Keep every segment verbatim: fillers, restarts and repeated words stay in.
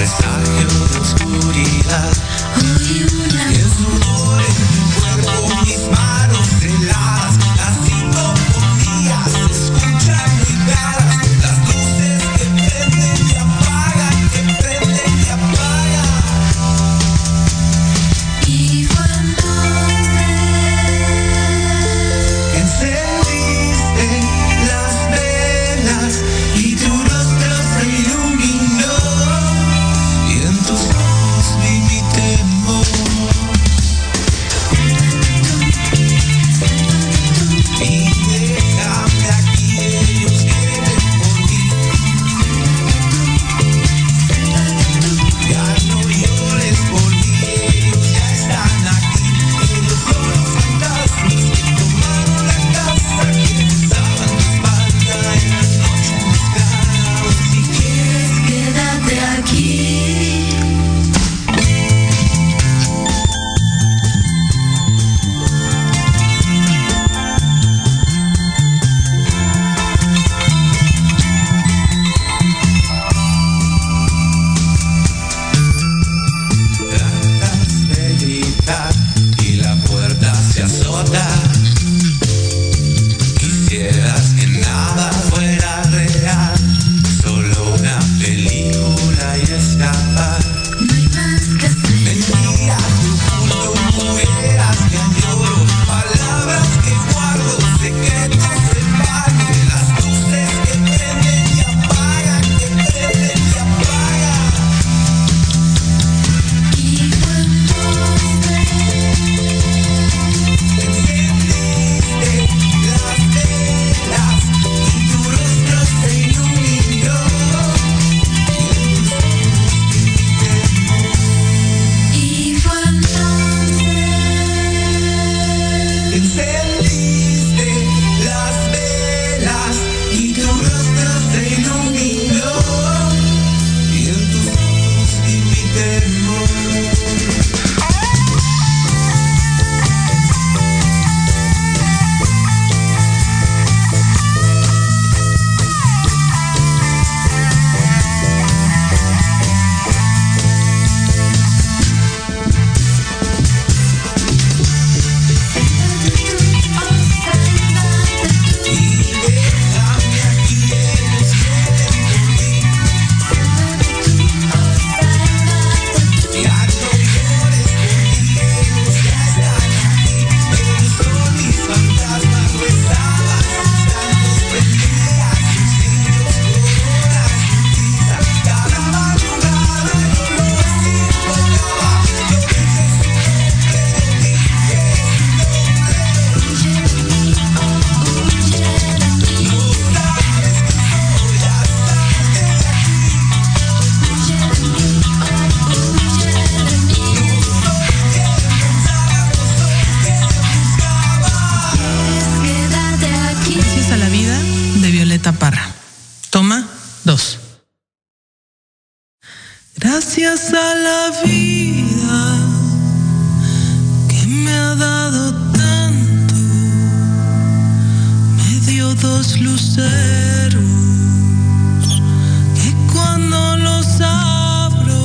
presagio de oscuridad. Oí una y el sudor en mi cuerpo, mis manos heladas, las psicofonías se escuchan muy claras, las luces que prenden y apagan, que prenden y apagan. Y fue entonces que encendiste las velas y tu rostro se iluminó y en tus ojos vi mi temor. Y déjame aquí, ellos vienen por mí. Ya no llores por mí, ellos ya están aquí. Ellos son los fantasmas que tomaron la casa, que besaban tu espalda en la noche mezclada. Si quieres, quédate aquí. Tratas de gritar y la puerta se azota. Quisieras que nada fuera real, solo una película y escapar. No hay más que hacer. Mentira, tu culto, mujeres que añoro, palabras que guardo, secretos en vano, las luces que prenden y apagan, que prenden y apagan. Y fue entonces que encendiste las velas y tu rostro se iluminó y en tus ojos vi mi temor. Y fue entonces que encendiste las velas y tu rostro se iluminó y en tus ojos vi mi temor. Y déjame aquí, ellos vienen por mí. Ya no llores por mí, ellos ya están aquí. Ellos son mis fantasmas, rezaban sus cantos, prendían sus cirios, coronas sin tiza. Cada madrugada yo los invocaba, yo dije su nombre, dije su nombre. No sabes que soy, ya salte de aquí. No solo quieren pensar, no solo quieren buscar. Quédate aquí. Gracias a la vida de Violeta Parra. Toma dos. Gracias a la vida que me ha dado tanto, me dio dos luceros que cuando los abro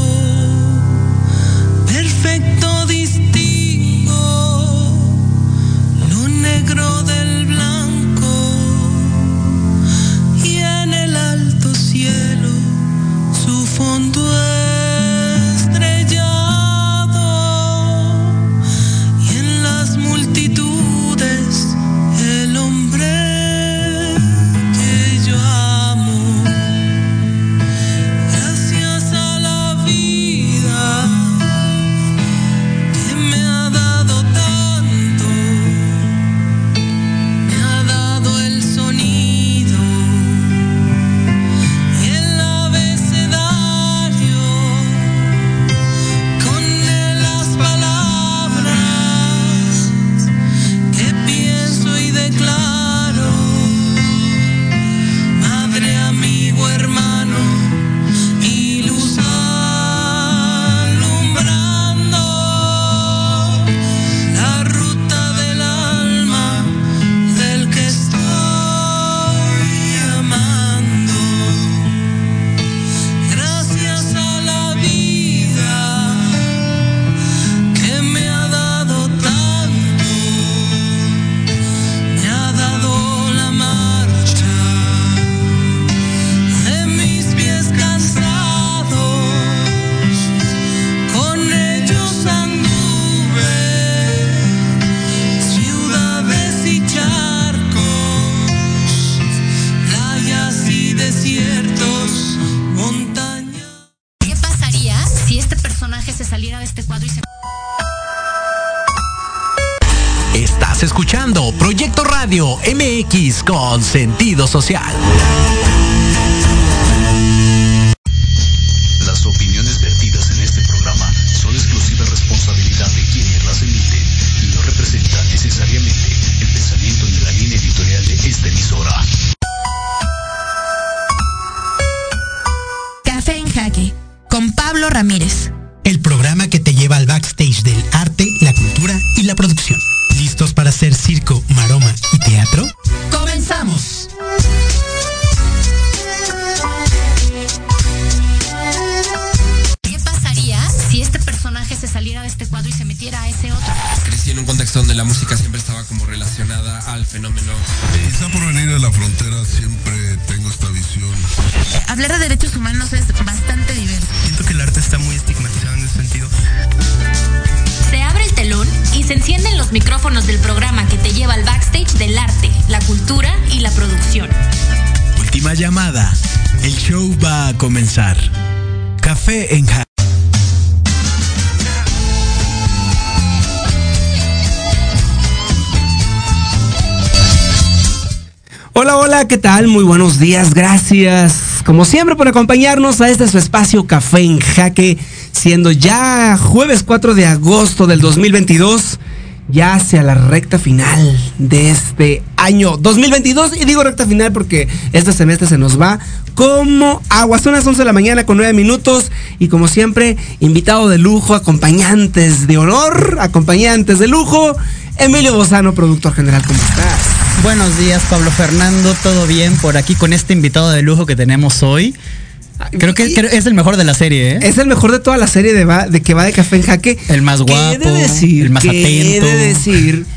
perfecto distingo lo negro del blanco y en el alto cielo su fondo estrellado y en las multitudes el hombre que yo amo. si este personaje se saliera de este cuadro y se... Estás escuchando Proyecto Radio M X con sentido social. Las opiniones vertidas en este programa son exclusiva responsabilidad de quienes las emiten y no representan necesariamente el pensamiento ni la línea editorial de esta emisora. Café en Jaque, con Pablo Ramírez. El programa que te lleva al backstage del arte, la cultura y la producción. ¿Listos para hacer circo, maroma y teatro? ¡Comenzamos! ¿Qué pasaría si este personaje se saliera de este cuadro y se metiera a ese otro? Crecí en un contexto donde la música siempre estaba como relacionada al fenómeno. Quizá por venir de la frontera siempre tengo esta visión. Eh, hablar de derechos humanos es bastante diverso. Siento que el arte está muy estigmatizado en ese sentido. Se abre el telón y se encienden los micrófonos del programa que te lleva al backstage del arte, la cultura y la producción. Última llamada. El show va a comenzar. Café en Jaque. Hola, hola, ¿qué tal? Muy buenos días, gracias como siempre por acompañarnos a este su espacio Café en Jaque, siendo ya jueves cuatro de agosto del dos mil veintidós, ya hacia la recta final de este año dos mil veintidós, y digo recta final porque este semestre se nos va como agua. Son las once de la mañana con nueve minutos y como siempre, invitado de lujo, acompañantes de honor, acompañantes de lujo, Emilio Bozano, productor general, ¿cómo estás? Buenos días, Pablo Fernando, ¿todo bien por aquí con este invitado de lujo que tenemos hoy? Creo que, creo, es el mejor de la serie, ¿eh? Es el mejor de toda la serie de, va, de que va de Café en Jaque. El más guapo, de decir, el más atento. De decir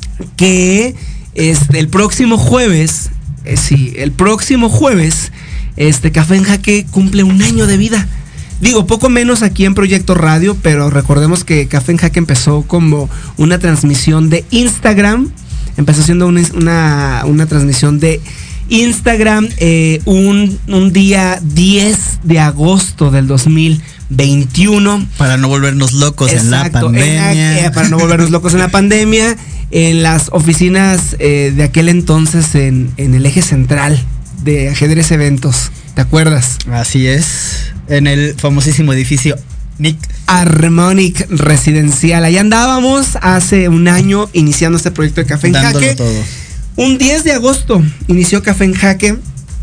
que este, el próximo jueves, eh, sí, el próximo jueves, este Café en Jaque cumple un año de vida. Digo, poco menos aquí en Proyecto Radio, pero recordemos que Café en Jaque empezó como una transmisión de Instagram. Empezó siendo una, una, una transmisión de Instagram eh, un, un día diez de agosto del dos mil veintiuno. Para no volvernos locos. Exacto, en la pandemia. En la, eh, para no volvernos locos en la pandemia. En las oficinas eh, de aquel entonces en, en el eje central de Ajedrez Eventos. ¿Te acuerdas? Así es. En el famosísimo edificio Nick Harmonic Residencial. Ahí andábamos hace un año iniciando este proyecto de Café en Dándolo Jaque. todo. Un diez de agosto inició Café en Jaque.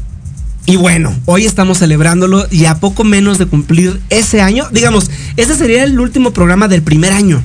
Y bueno, hoy estamos celebrándolo y a poco menos de cumplir ese año. Digamos, este sería el último programa del primer año,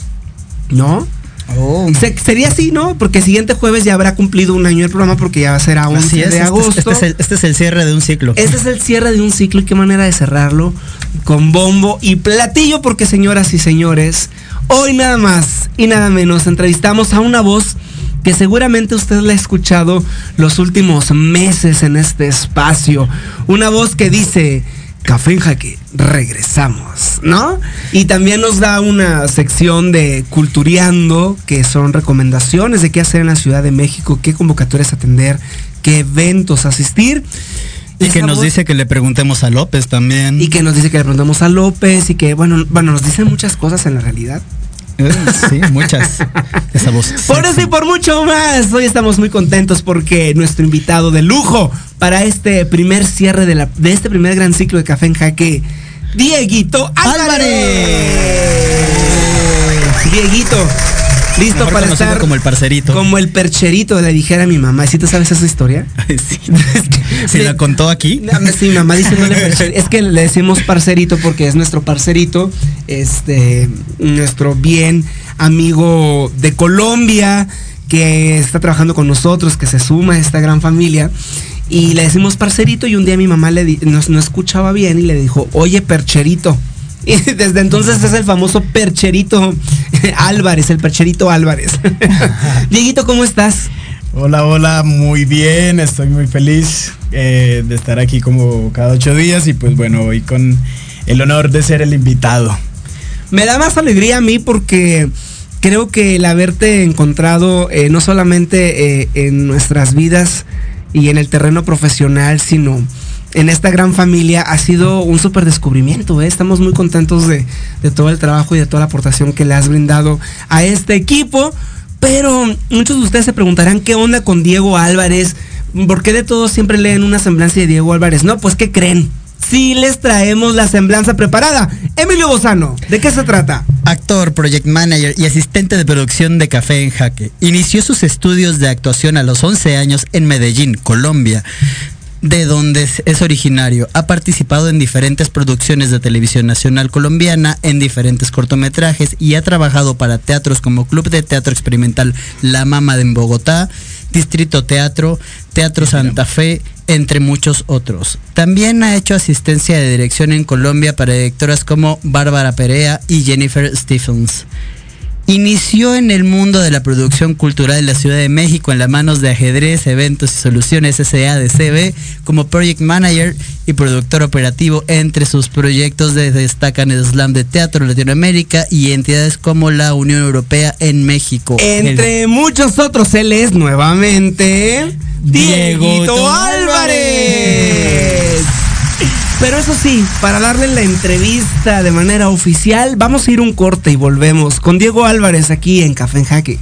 ¿no? Oh. Se, sería así, ¿no? Porque el siguiente jueves ya habrá cumplido un año el programa porque ya será once de agosto. Este, este, es el, este es el cierre de un ciclo. Este es el cierre de un ciclo y qué manera de cerrarlo con bombo y platillo porque, señoras y señores, hoy nada más y nada menos entrevistamos a una voz que seguramente usted la ha escuchado los últimos meses en este espacio. Una voz que dice: Café en Jaque, regresamos, ¿no? Y también nos da una sección de Cultureando, que son recomendaciones de qué hacer en la Ciudad de México, qué convocatorias atender, qué eventos asistir. Y que nos voz, dice que le preguntemos a López también. Y que nos dice que le preguntemos a López y que, bueno, bueno, nos dicen muchas cosas en la realidad. Sí, muchas. Esa voz. Por eso y por mucho más. Hoy estamos muy contentos porque nuestro invitado de lujo para este primer cierre de, la, de este primer gran ciclo de Café en Jaque, Dieguito Álvarez. Álvarez. Dieguito, listo mejor para estar como el parcerito. Como el percherito, le dijera a mi mamá. ¿Sí te sabes esa historia? Sí. ¿Se la contó aquí? Sí, mi mamá diciéndole percherito. Es que le decimos parcerito porque es nuestro parcerito, este, nuestro bien amigo de Colombia que está trabajando con nosotros, que se suma a esta gran familia. Y le decimos parcerito y un día mi mamá le di, no, no escuchaba bien y le dijo: oye, percherito. Y desde entonces es el famoso Percherito Álvarez, el Percherito Álvarez. Dieguito, ¿cómo estás? Hola, hola, muy bien, estoy muy feliz eh, de estar aquí como cada ocho días y pues bueno, hoy con el honor de ser el invitado. Me da más alegría a mí porque creo que el haberte encontrado eh, no solamente eh, en nuestras vidas y en el terreno profesional, sino en esta gran familia ha sido un súper descubrimiento, ¿eh? Estamos muy contentos de, de todo el trabajo y de toda la aportación que le has brindado a este equipo. Pero muchos de ustedes se preguntarán qué onda con Diego Álvarez. ¿Por qué de todos siempre leen una semblanza de Diego Álvarez? No, pues ¿qué creen? Sí les traemos la semblanza preparada. Emilio Bozano, ¿de qué se trata? Actor, project manager y asistente de producción de Café en Jaque. Inició sus estudios de actuación a los once años en Medellín, Colombia, de donde es originario. Ha participado en diferentes producciones de televisión nacional colombiana, en diferentes cortometrajes y ha trabajado para teatros como Club de Teatro Experimental La Mama en Bogotá, Distrito Teatro, Teatro Santa Fe, entre muchos otros. También ha hecho asistencia de dirección en Colombia para directoras como Bárbara Perea y Jennifer Stephens. Inició en el mundo de la producción cultural en la Ciudad de México en las manos de Ajedrez, Eventos y Soluciones S A de C B como Project Manager y productor operativo. Entre sus proyectos de destacan el Slam de Teatro Latinoamérica y entidades como la Unión Europea en México. Entre el... muchos otros, él es nuevamente Dieguito Álvarez. Pero eso sí, para darle la entrevista de manera oficial, vamos a ir un corte y volvemos con Diego Álvarez aquí en Café en Jaque.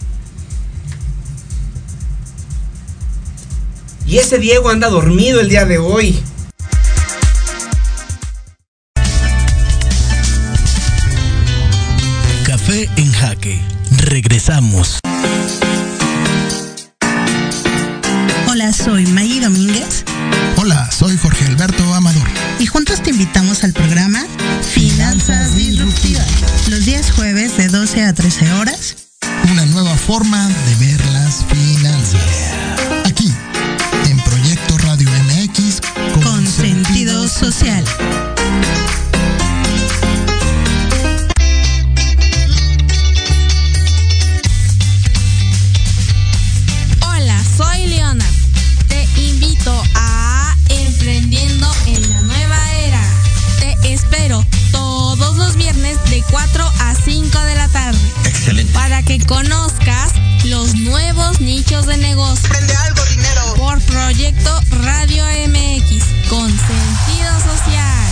Y ese Diego anda dormido el día de hoy. Café en Jaque. Regresamos. Hola, soy Maggie Domínguez. Hola, soy Jorge Alberto Amador. Y juntos te invitamos al programa Finanzas Disruptivas, los días jueves de doce a trece horas. Una nueva forma de ver las finanzas. Aquí, en Proyecto Radio M X, con, con sentido social. Hola, soy Leona. Te invito a Emprendiendo en la Nueva Era. Te espero todos los viernes de cuatro a cinco de la tarde. Excelente. Para que conozcas los nuevos nichos de negocio. Prende algo, dinero. Por Proyecto Radio M X, con sentido social.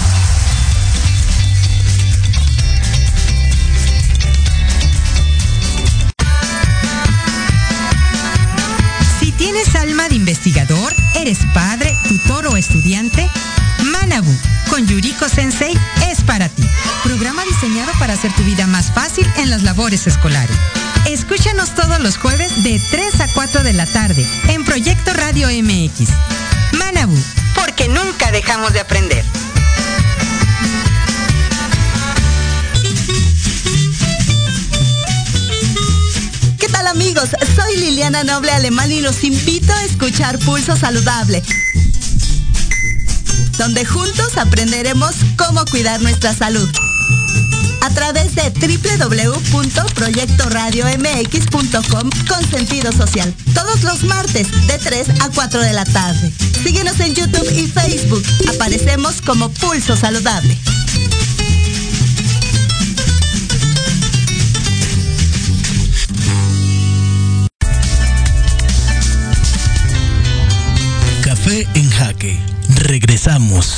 Si tienes alma de investigador, eres padre, tutor o estudiante, Manabu con Yuriko Sensei es para ti. Programa diseñado para hacer tu vida más fácil en las labores escolares. Escúchanos todos los jueves de tres a cuatro de la tarde en Proyecto Radio M X. Manabu, porque nunca dejamos de aprender. ¿Qué tal, amigos? Soy Liliana Noble Alemán y los invito a escuchar Pulso Saludable, donde juntos aprenderemos cómo cuidar nuestra salud. A través de doble u doble u doble u punto proyecto radio m x punto com con sentido social. Todos los martes de tres a cuatro de la tarde. Síguenos en YouTube y Facebook. Aparecemos como Pulso Saludable. Café en Jaque. Regresamos.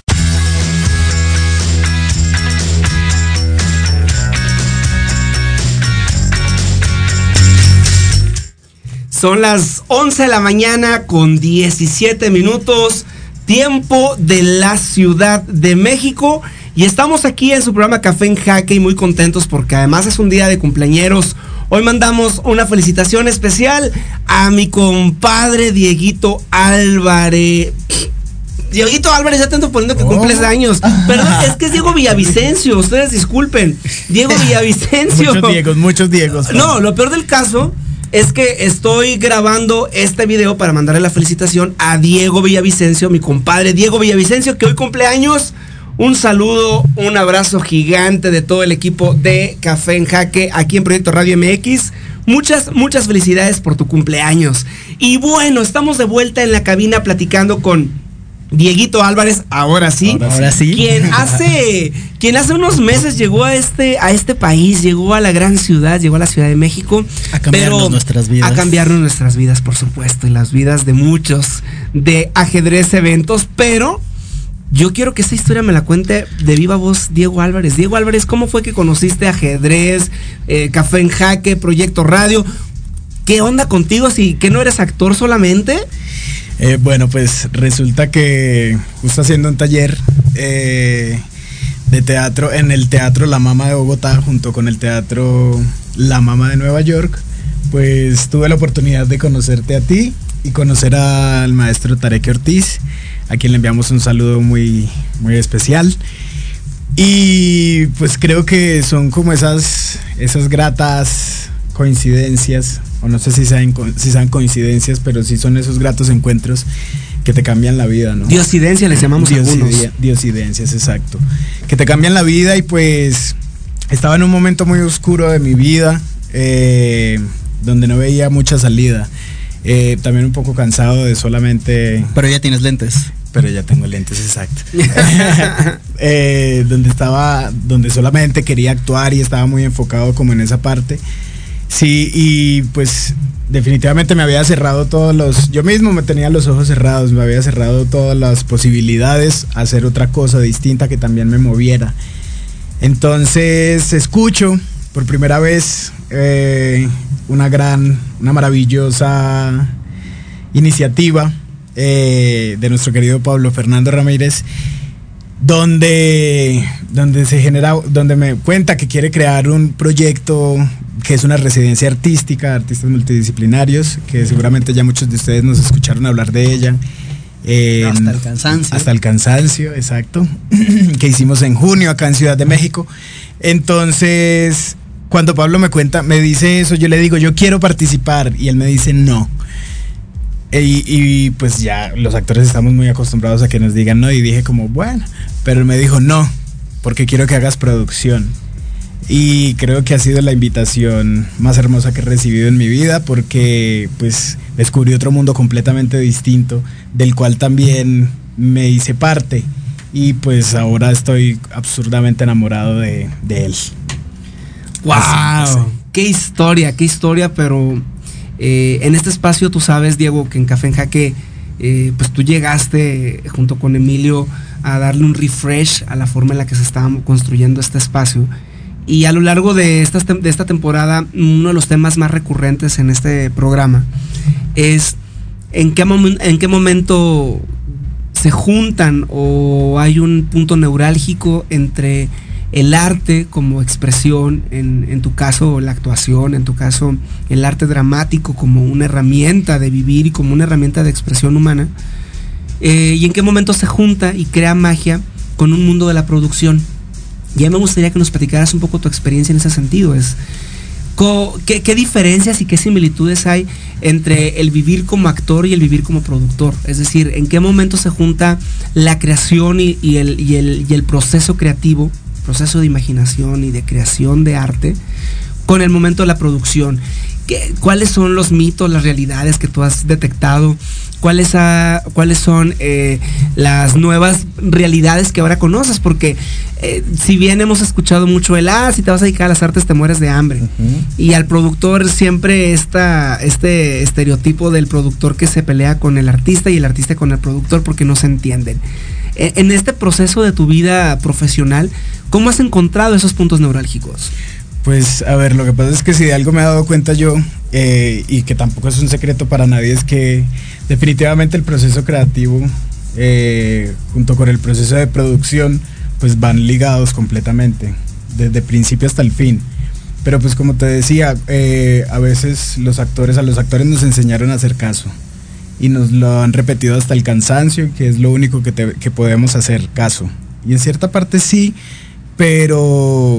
Son las once de la mañana con diecisiete minutos, tiempo de la Ciudad de México. Y estamos aquí en su programa Café en Jaque y muy contentos porque además es un día de cumpleañeros. Hoy mandamos una felicitación especial a mi compadre Dieguito Álvarez. Dieguito Álvarez, ya te ando poniendo que oh. cumples años. Perdón, es que es Diego Villavicencio, ustedes disculpen. Diego Villavicencio. Muchos Diegos, muchos Diegos. No, lo peor del caso es que estoy grabando este video para mandarle la felicitación a Diego Villavicencio, mi compadre Diego Villavicencio, que hoy cumple años. Un saludo, un abrazo gigante de todo el equipo de Café en Jaque aquí en Proyecto Radio M X. Muchas, muchas felicidades por tu cumpleaños. Y bueno, estamos de vuelta en la cabina platicando con Dieguito Álvarez, ahora sí, ahora sí, quien hace, quien hace unos meses llegó a este, a este país, llegó a la gran ciudad, llegó a la Ciudad de México, a cambiarnos pero nuestras vidas, a cambiarnos nuestras vidas, por supuesto, y las vidas de muchos de Ajedrez Eventos, pero Yo quiero que esta historia me la cuente de viva voz Diego Álvarez. Diego Álvarez, ¿cómo fue que conociste ajedrez, eh, Café en Jaque, Proyecto Radio? ¿Qué onda contigo? ¿Si que no eres actor solamente? Eh, bueno, pues resulta que justo haciendo un taller eh, de teatro en el Teatro La Mama de Bogotá, junto con el Teatro La Mama de Nueva York, pues tuve la oportunidad de conocerte a ti y conocer al maestro Tarek Ortiz, a quien le enviamos un saludo muy, muy especial. Y pues creo que son como esas, esas gratas coincidencias, o no sé si sean, si sean coincidencias, pero sí son esos gratos encuentros que te cambian la vida, ¿no? Diosidencia les llamamos Diosidencia, algunos. Diosidencias, exacto. Que te cambian la vida y pues estaba en un momento muy oscuro de mi vida, eh, donde no veía mucha salida. Eh, también un poco cansado de solamente... Pero ya tienes lentes. Pero ya tengo lentes, exacto. eh, donde estaba, donde solamente quería actuar y estaba muy enfocado como en esa parte. Sí, y pues definitivamente me había cerrado todos los... Yo mismo me tenía los ojos cerrados, me había cerrado todas las posibilidades a hacer otra cosa distinta que también me moviera. Entonces escucho por primera vez eh, una gran, una maravillosa iniciativa eh, de nuestro querido Pablo Fernando Ramírez, donde, donde se genera, donde me cuenta que quiere crear un proyecto que es una residencia artística de artistas multidisciplinarios, que seguramente ya muchos de ustedes nos escucharon hablar de ella. Eh, hasta el cansancio. Hasta el cansancio, exacto. Que hicimos en junio acá en Ciudad de México. Entonces, cuando Pablo me cuenta, me dice eso, yo le digo, yo quiero participar, y él me dice no. Y, y pues ya los actores estamos muy acostumbrados a que nos digan no, y dije como bueno, pero él me dijo no, porque quiero que hagas producción. Y creo que ha sido la invitación más hermosa que he recibido en mi vida, porque pues descubrí otro mundo completamente distinto, del cual también me hice parte, y pues ahora estoy absurdamente enamorado de, de él. ¡Wow! Así, así. ¡Qué historia, qué historia! Pero eh, en este espacio tú sabes, Diego, que en Café en Jaque eh, pues tú llegaste junto con Emilio a darle un refresh a la forma en la que se estaba construyendo este espacio. Y a lo largo de esta, de esta temporada, uno de los temas más recurrentes en este programa es en qué, mom- en qué momento se juntan o hay un punto neurálgico entre el arte como expresión, en, en tu caso la actuación, en tu caso el arte dramático como una herramienta de vivir y como una herramienta de expresión humana, eh, y en qué momento se junta y crea magia con un mundo de la producción. Ya me gustaría que nos platicaras un poco tu experiencia en ese sentido. Es, ¿qué, ¿Qué diferencias y qué similitudes hay entre el vivir como actor y el vivir como productor? Es decir, ¿en qué momento se junta la creación y, y, el, y, el, y el proceso creativo, proceso de imaginación y de creación de arte, con el momento de la producción? ¿Qué, ¿Cuáles son los mitos, las realidades que tú has detectado? ¿Cuáles, a, cuáles son eh, las nuevas realidades que ahora conoces? Porque eh, si bien hemos escuchado mucho el, ah, si te vas a dedicar a las artes te mueres de hambre. Uh-huh. Y al productor siempre está este estereotipo del productor que se pelea con el artista y el artista con el productor porque no se entienden. Eh, en este proceso de tu vida profesional, ¿cómo has encontrado esos puntos neurálgicos? Pues a ver, lo que pasa es que si de algo me he dado cuenta yo, eh, y que tampoco es un secreto para nadie, es que definitivamente el proceso creativo eh, junto con el proceso de producción pues van ligados completamente, desde principio hasta el fin. Pero pues como te decía, eh, a veces los actores, a los actores nos enseñaron a hacer caso y nos lo han repetido hasta el cansancio, que es lo único que, te, que podemos hacer, caso. Y en cierta parte sí, pero...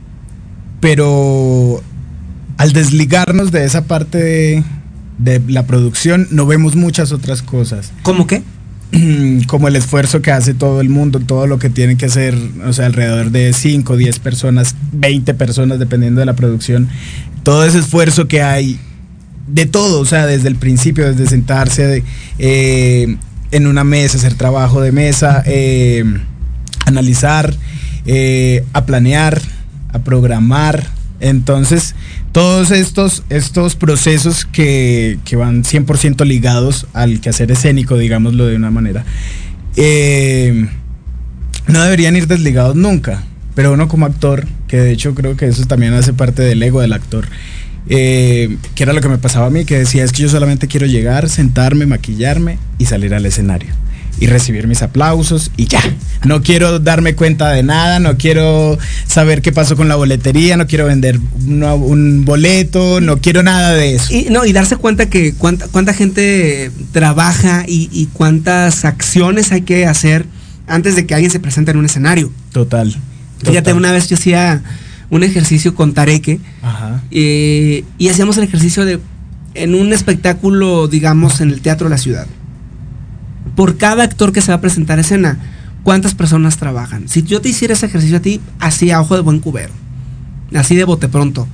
pero al desligarnos de esa parte de, de la producción no vemos muchas otras cosas. ¿Cómo qué? Como el esfuerzo que hace todo el mundo, todo lo que tiene que hacer, o sea, alrededor de cinco, diez personas, veinte personas, dependiendo de la producción, todo ese esfuerzo que hay de todo, o sea, desde el principio, desde sentarse de, eh, en una mesa, hacer trabajo de mesa, eh, analizar, eh, a planear, a programar. Entonces todos estos, estos procesos que, que van cien por ciento ligados al quehacer escénico, digámoslo de una manera, eh, no deberían ir desligados nunca, pero uno como actor, que de hecho creo que eso también hace parte del ego del actor, eh, que era lo que me pasaba a mí, que decía, es que yo solamente quiero llegar, sentarme, maquillarme y salir al escenario y recibir mis aplausos y ya. No quiero darme cuenta de nada, no quiero saber qué pasó con la boletería, no quiero vender una, un boleto, no quiero nada de eso. Y, no, y darse cuenta que cuánta, cuánta gente trabaja y, y cuántas acciones hay que hacer antes de que alguien se presente en un escenario. Total. Fíjate, total. una vez yo hacía un ejercicio con Tareque, Ajá. eh, y hacíamos el ejercicio de en un espectáculo, digamos, en el Teatro de la Ciudad. Por cada actor que se va a presentar a escena, ¿cuántas personas trabajan? Si yo te hiciera ese ejercicio a ti, así a ojo de buen cubero, así de bote pronto,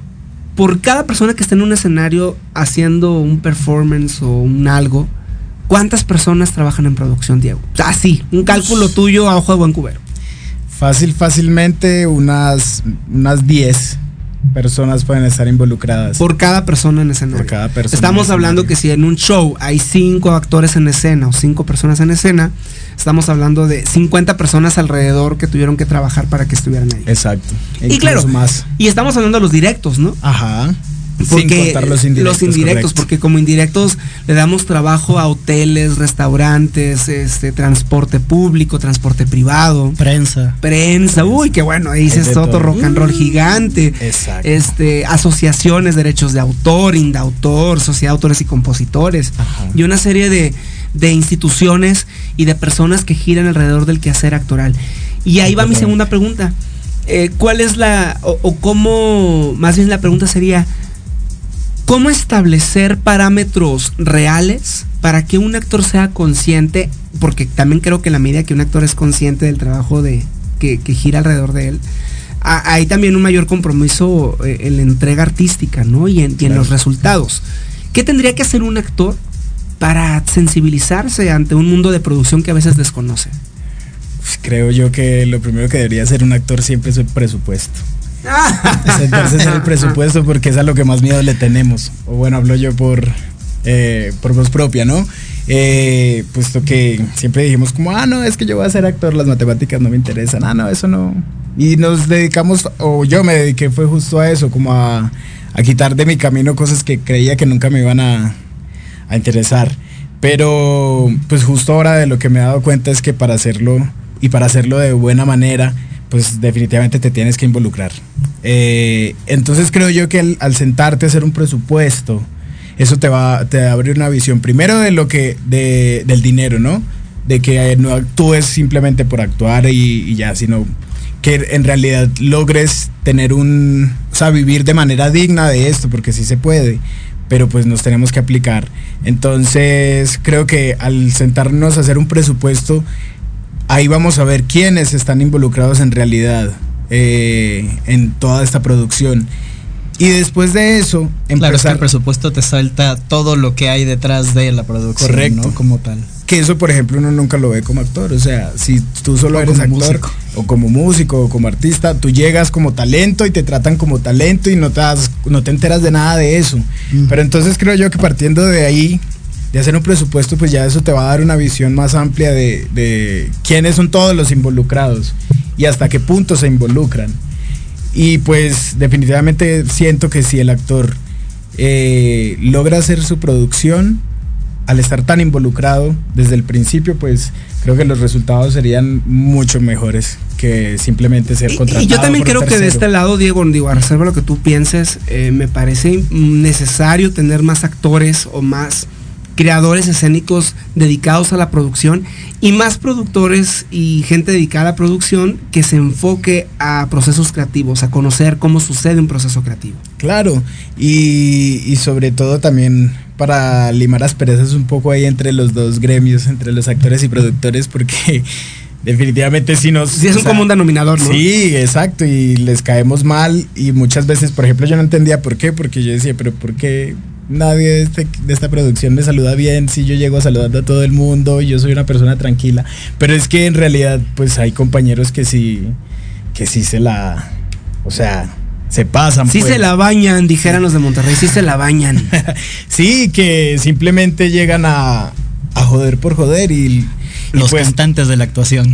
por cada persona que esté en un escenario haciendo un performance o un algo, ¿cuántas personas trabajan en producción, Diego? O sea, así, un cálculo tuyo a ojo de buen cubero. Fácil, fácilmente unas unas diez personas pueden estar involucradas. Por cada persona en escenario. Por cada persona. Estamos hablando que si en un show hay cinco actores en escena o cinco personas en escena, estamos hablando de cincuenta personas alrededor que tuvieron que trabajar para que estuvieran ahí. Exacto. Y claro, más. Y estamos hablando de los directos, ¿no? Ajá. Porque sin contar los indirectos. Los indirectos, porque como indirectos le damos trabajo a hoteles, restaurantes, este, transporte público, transporte privado. Prensa. Prensa, uy, qué bueno, ahí dices otro rock and roll gigante. Exacto. Este, asociaciones, derechos de autor, indautor, sociedad de autores y compositores. Ajá. Y una serie de, de instituciones y de personas que giran alrededor del quehacer actoral. Y ahí va mi segunda pregunta. Eh, ¿Cuál es la, o, o cómo, más bien la pregunta sería, ¿cómo establecer parámetros reales para que un actor sea consciente? Porque también creo que en la medida que un actor es consciente del trabajo de, que, que gira alrededor de él, a, hay también un mayor compromiso eh, en la entrega artística, ¿no? Y en, y en claro. los resultados. ¿Qué tendría que hacer un actor para sensibilizarse ante un mundo de producción que a veces desconoce? Pues creo yo que lo primero que debería hacer un actor siempre es el presupuesto. Sentarse en el presupuesto, porque es a lo que más miedo le tenemos. O bueno, hablo yo por eh, por voz propia, ¿no? Eh, puesto que siempre dijimos como, ah, no, es que yo voy a ser actor, las matemáticas no me interesan, ah, no, eso no. Y nos dedicamos, o yo me dediqué fue justo a eso, como a, a quitar de mi camino cosas que creía que nunca me iban a, a interesar. Pero pues justo ahora de lo que me he dado cuenta es que para hacerlo, y para hacerlo de buena manera, pues definitivamente te tienes que involucrar. Eh, entonces creo yo que al, al sentarte a hacer un presupuesto, eso te va, te va a abrir una visión primero de lo que, de, del dinero, ¿no? De que no actúes simplemente por actuar y, y ya, sino que en realidad logres tener un, o sea, vivir de manera digna de esto, porque sí se puede, pero pues nos tenemos que aplicar. Entonces creo que al sentarnos a hacer un presupuesto, ahí vamos a ver quiénes están involucrados en realidad eh, en toda esta producción. Y después de eso, empezar... Claro, es que el presupuesto te salta todo lo que hay detrás de la producción, correcto, ¿no? Como tal. Que eso, por ejemplo, uno nunca lo ve como actor. O sea, si tú solo o eres actor, músico. o como músico, o como artista, tú llegas como talento y te tratan como talento y no te, das, no te enteras de nada de eso. Mm. Pero entonces creo yo que partiendo de ahí, de hacer un presupuesto, pues ya eso te va a dar una visión más amplia de, de quiénes son todos los involucrados y hasta qué punto se involucran. Y pues definitivamente siento que si el actor eh, logra hacer su producción, al estar tan involucrado desde el principio, pues creo que los resultados serían mucho mejores que simplemente ser contratado. Y, y yo también por creo que de este lado, Diego, digo, a reserva lo que tú pienses, eh, me parece necesario tener más actores o más creadores escénicos dedicados a la producción y más productores y gente dedicada a la producción que se enfoque a procesos creativos, a conocer cómo sucede un proceso creativo. Claro, y, y sobre todo también para limar asperezas un poco ahí entre los dos gremios, entre los actores y productores, porque definitivamente sí nos... Sí, es un común denominador, ¿no? Sí, exacto, y les caemos mal y muchas veces, por ejemplo, yo no entendía por qué, porque yo decía, pero ¿por qué nadie de, este, de esta producción me saluda bien si yo llego saludando a todo el mundo, yo soy una persona tranquila? Pero es que en realidad pues hay compañeros que sí, que sí se la, o sea, se pasan. Sí, pues. se la bañan, dijeran los de Monterrey, sí se la bañan. Sí, que simplemente llegan a, a joder por joder y, Los pues, cantantes de la actuación.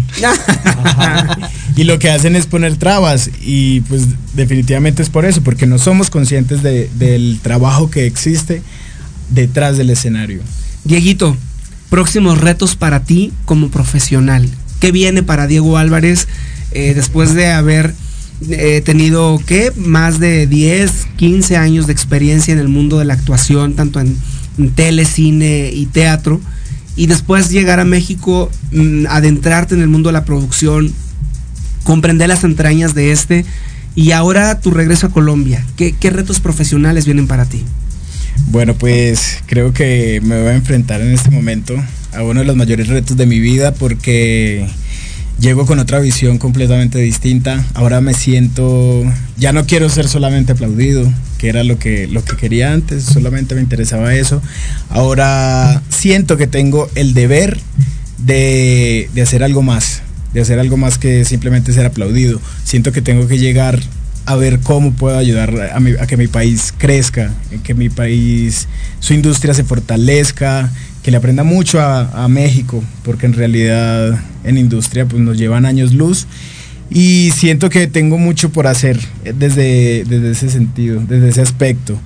Y lo que hacen es poner trabas y pues definitivamente es por eso, porque no somos conscientes de, del trabajo que existe detrás del escenario. Dieguito, próximos retos para ti como profesional. ¿Qué viene para Diego Álvarez eh, después de haber eh, tenido, ¿qué? Más de diez, quince años de experiencia en el mundo de la actuación, tanto en, en tele, cine y teatro, y después llegar a México, mmm, adentrarte en el mundo de la producción, comprender las entrañas de este, y ahora tu regreso a Colombia? ¿Qué, qué retos profesionales vienen para ti? Bueno, pues creo que me voy a enfrentar en este momento a uno de los mayores retos de mi vida, porque llego con otra visión completamente distinta. Ahora me siento, ya no quiero ser solamente aplaudido, que era lo que, lo que quería antes, solamente me interesaba eso. Ahora siento que tengo el deber de, de hacer algo más, de hacer algo más que simplemente ser aplaudido. Siento que tengo que llegar a ver cómo puedo ayudar a, mi, a que mi país crezca, que mi país, su industria se fortalezca, que le aprenda mucho a, a México, porque en realidad en industria pues nos llevan años luz, y siento que tengo mucho por hacer desde, desde ese sentido, desde ese aspecto,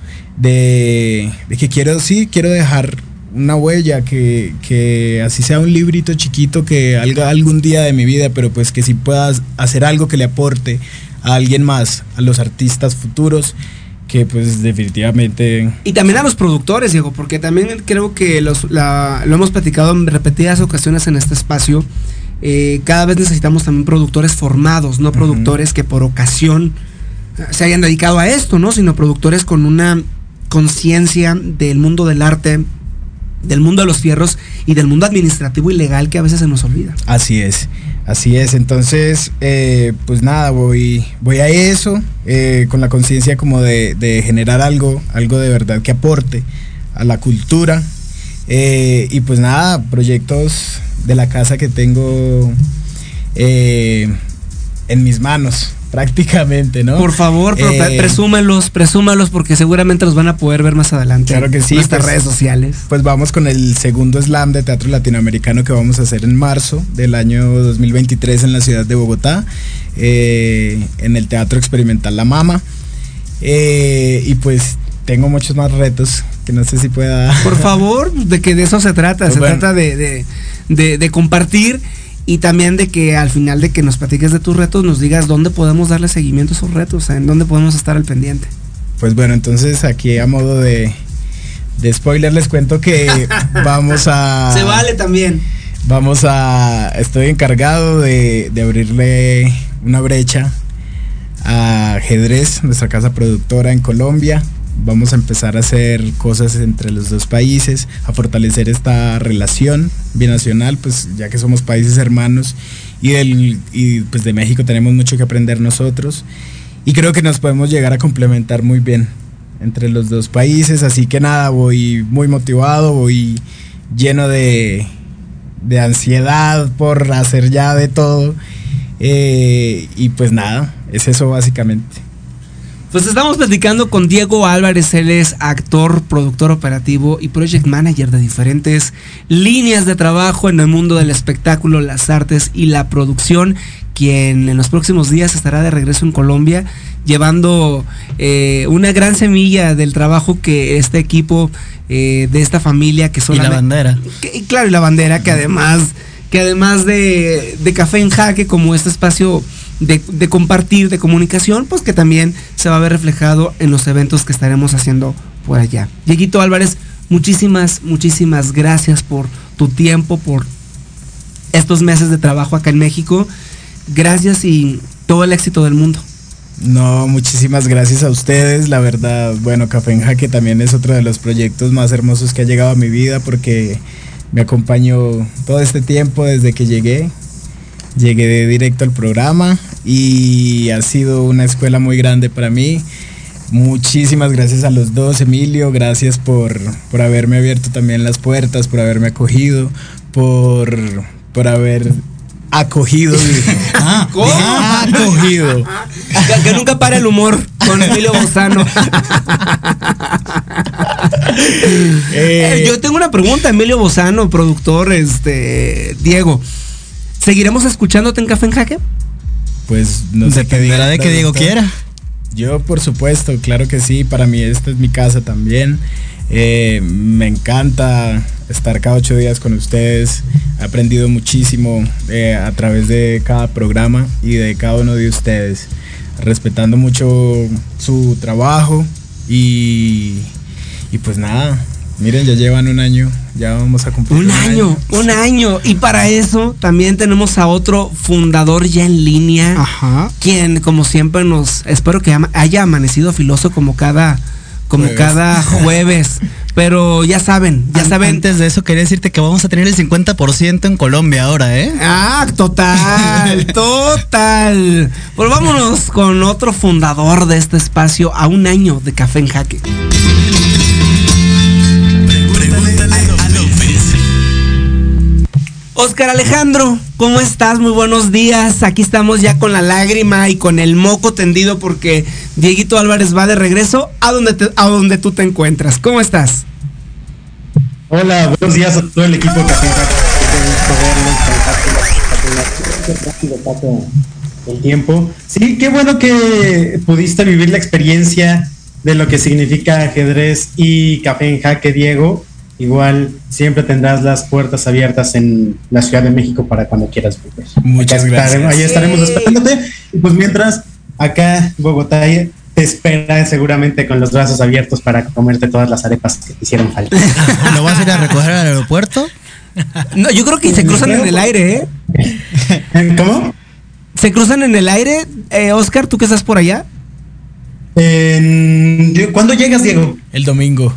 de, de que quiero, sí, quiero dejar una huella, que, que así sea un librito chiquito que haga algún día de mi vida, pero pues que sí pueda hacer algo que le aporte a alguien más, a los artistas futuros, que pues definitivamente... Y también a los productores, Diego, porque también creo que los, la, lo hemos platicado en repetidas ocasiones en este espacio, eh, cada vez necesitamos también productores formados, no uh-huh. productores que por ocasión se hayan dedicado a esto, ¿no? Sino productores con una conciencia del mundo del arte, del mundo de los fierros y del mundo administrativo y legal, que a veces se nos olvida. Así es. Así es, entonces, eh, pues nada, voy, voy a eso, eh, con la conciencia como de, de generar algo, algo de verdad que aporte a la cultura, eh, y pues nada, proyectos de la casa que tengo eh, en mis manos, prácticamente, ¿no? Por favor, eh, presúmelos, presúmelos, porque seguramente los van a poder ver más adelante. Claro que sí. En nuestras pues, redes sociales. Pues vamos con el segundo slam de teatro latinoamericano que vamos a hacer en marzo del año dos mil veintitrés en la ciudad de Bogotá, eh, en el Teatro Experimental La Mama. Eh, y pues tengo muchos más retos que no sé si pueda... Por favor, de que de eso se trata, pues se bueno. trata de, de, de, de compartir. Y también de que al final de que nos platiques de tus retos, nos digas dónde podemos darle seguimiento a esos retos, en dónde podemos estar al pendiente. Pues bueno, entonces aquí a modo de, de spoiler les cuento que vamos a... Se vale también. Vamos a... Estoy encargado de, de abrirle una brecha a Ajedrez, nuestra casa productora en Colombia. Vamos a empezar a hacer cosas entre los dos países, a fortalecer esta relación binacional, pues ya que somos países hermanos, y, del, y pues de México tenemos mucho que aprender nosotros, y creo que nos podemos llegar a complementar muy bien entre los dos países. Así que nada, voy muy motivado, voy lleno de, de ansiedad por hacer ya de todo, eh, y pues nada, es eso básicamente. Pues estamos platicando con Diego Álvarez. Él es actor, productor operativo y project manager de diferentes líneas de trabajo en el mundo del espectáculo, las artes y la producción, quien en los próximos días estará de regreso en Colombia, llevando eh, una gran semilla del trabajo que este equipo eh, de esta familia que son... Y la bandera. Que, claro, y la bandera, que además, que además de, de Café en Jaque, como este espacio... De, de compartir, de comunicación, pues que también se va a ver reflejado en los eventos que estaremos haciendo por allá. Dieguito Álvarez, muchísimas, muchísimas gracias por tu tiempo, por estos meses de trabajo acá en México. Gracias y todo el éxito del mundo. No, muchísimas gracias a ustedes, la verdad. Bueno, Café en Jaque también es otro de los proyectos más hermosos que ha llegado a mi vida, porque me acompañó todo este tiempo desde que llegué. Llegué de directo al programa y ha sido una escuela muy grande para mí. Muchísimas gracias a los dos, Emilio, gracias por, por haberme abierto también las puertas, por haberme acogido, por, por haber acogido. Ah, ¿cómo? Acogido. Que, que nunca para el humor con Emilio Bozano. eh, yo tengo una pregunta, Emilio Bozano, productor, este, Diego. ¿Seguiremos escuchándote en Café en Jaque? Pues no sé qué diga. de que Diego quiera. Yo, por supuesto, claro que sí. Para mí esta es mi casa también. Eh, me encanta estar cada ocho días con ustedes. He aprendido muchísimo eh, a través de cada programa y de cada uno de ustedes, respetando mucho su trabajo y, y pues nada, miren, ya llevan un año, ya vamos a cumplir un, un año, año, un año, y para eso también tenemos a otro fundador ya en línea. Ajá. Quien como siempre nos, espero que haya amanecido filoso como cada como jueves. cada jueves. Pero ya saben, ya saben. Antes de eso quería decirte que vamos a tener el cincuenta por ciento en Colombia ahora, ¿eh? Ah, total, total. Pues vámonos con otro fundador de este espacio a un año de Café en Jaque. Oscar Alejandro, ¿cómo estás? Muy buenos días. Aquí estamos ya con la lágrima y con el moco tendido porque Dieguito Álvarez va de regreso a donde, te, a donde tú te encuentras. ¿Cómo estás? Hola, buenos días a todo el equipo de Café en el tiempo. Sí, qué bueno que pudiste vivir la experiencia de lo que significa ajedrez y Café en Jaque, Diego. Igual siempre tendrás las puertas abiertas en la Ciudad de México para cuando quieras volver. Muchas gracias. Estaremos, ahí estaremos sí. esperándote. Y pues mientras, acá Bogotá te espera seguramente con los brazos abiertos para comerte todas las arepas que te hicieron falta. ¿Lo vas a ir a recoger al aeropuerto? No, yo creo que se cruzan en el aire, ¿eh? ¿Cómo? ¿Se cruzan en el aire? Eh, Oscar, ¿tú que estás por allá? Eh, ¿Cuándo llegas, Diego? El domingo.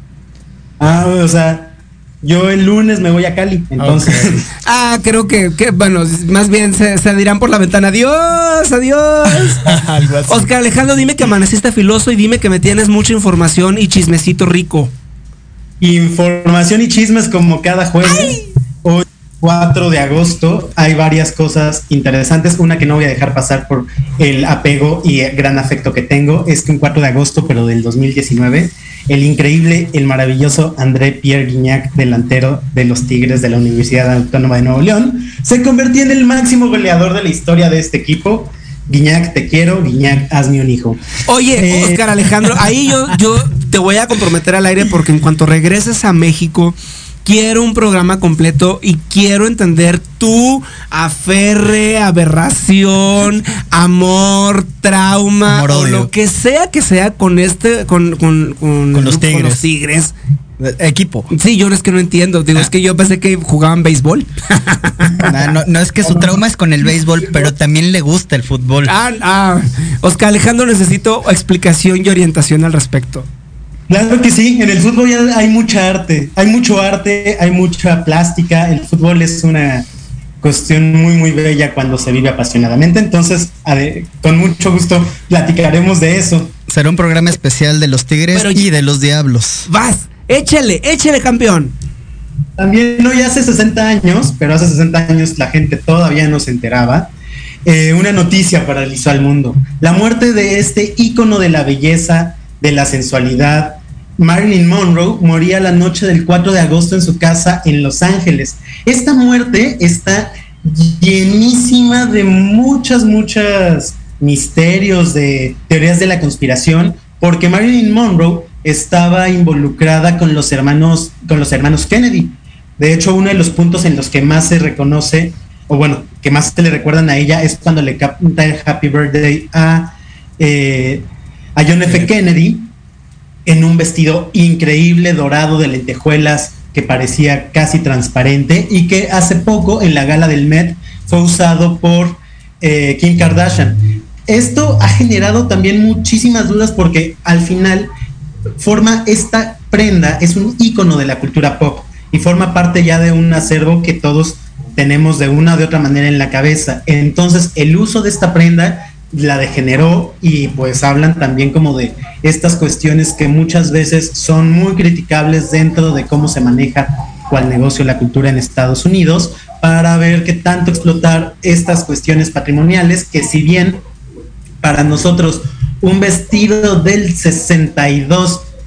Ah, o sea, yo el lunes me voy a Cali, entonces. Okay. Ah, creo que, que bueno, más bien se, se dirán por la ventana, adiós, adiós. Oscar Alejandro, dime que amaneciste filoso y dime que me tienes mucha información y chismecito rico. Información y chismes como cada jueves. Ay. Hoy, cuatro de agosto, hay varias cosas interesantes. Una que no voy a dejar pasar por el apego y el gran afecto que tengo, es que un cuatro de agosto, pero del dos mil diecinueve, el increíble, el maravilloso André Pierre Gignac, delantero de los Tigres de la Universidad Autónoma de Nuevo León, se convirtió en el máximo goleador de la historia de este equipo. Gignac, te quiero, Gignac, hazme un hijo. Oye, eh, Oscar Alejandro, ahí yo, yo te voy a comprometer al aire porque en cuanto regreses a México, quiero un programa completo y quiero entender tu aferre, aberración, amor, trauma, amor, o lo que sea que sea con este, con, con, con, con, los, tigres. con los Tigres. Equipo. Sí, yo es que no entiendo. Digo, ah. es que yo pensé que jugaban béisbol. No, no, no es que su trauma es con el béisbol, pero también le gusta el fútbol. Ah, ah. Oscar Alejandro, necesito explicación y orientación al respecto. Claro que sí, en el fútbol ya hay mucha arte, hay mucho arte, hay mucha plástica, el fútbol es una cuestión muy muy bella cuando se vive apasionadamente, entonces ver, con mucho gusto platicaremos de eso. Será un programa especial de los Tigres pero, y de los Diablos. Vas, échale, échale campeón. También hoy hace sesenta años, pero hace sesenta años la gente todavía no se enteraba, eh, una noticia paralizó al mundo, la muerte de este ícono de la belleza, de la sensualidad. Marilyn Monroe moría la noche del cuatro de agosto en su casa en Los Ángeles. Esta muerte está llenísima de muchas, muchas misterios, de teorías de la conspiración, porque Marilyn Monroe estaba involucrada con los hermanos, con los hermanos Kennedy. De hecho, uno de los puntos en los que más se reconoce, o bueno, que más se le recuerdan a ella, es cuando le canta el Happy Birthday a, eh, a John F. Kennedy, en un vestido increíble, dorado, de lentejuelas, que parecía casi transparente, y que hace poco, en la gala del Met, fue usado por eh, Kim Kardashian. Esto ha generado también muchísimas dudas, porque al final forma esta prenda, es un ícono de la cultura pop, y forma parte ya de un acervo que todos tenemos de una o de otra manera en la cabeza. Entonces, el uso de esta prenda la degeneró, y pues hablan también como de estas cuestiones que muchas veces son muy criticables dentro de cómo se maneja cual negocio la cultura en Estados Unidos, para ver qué tanto explotar estas cuestiones patrimoniales, que si bien para nosotros un vestido del sesenta y dos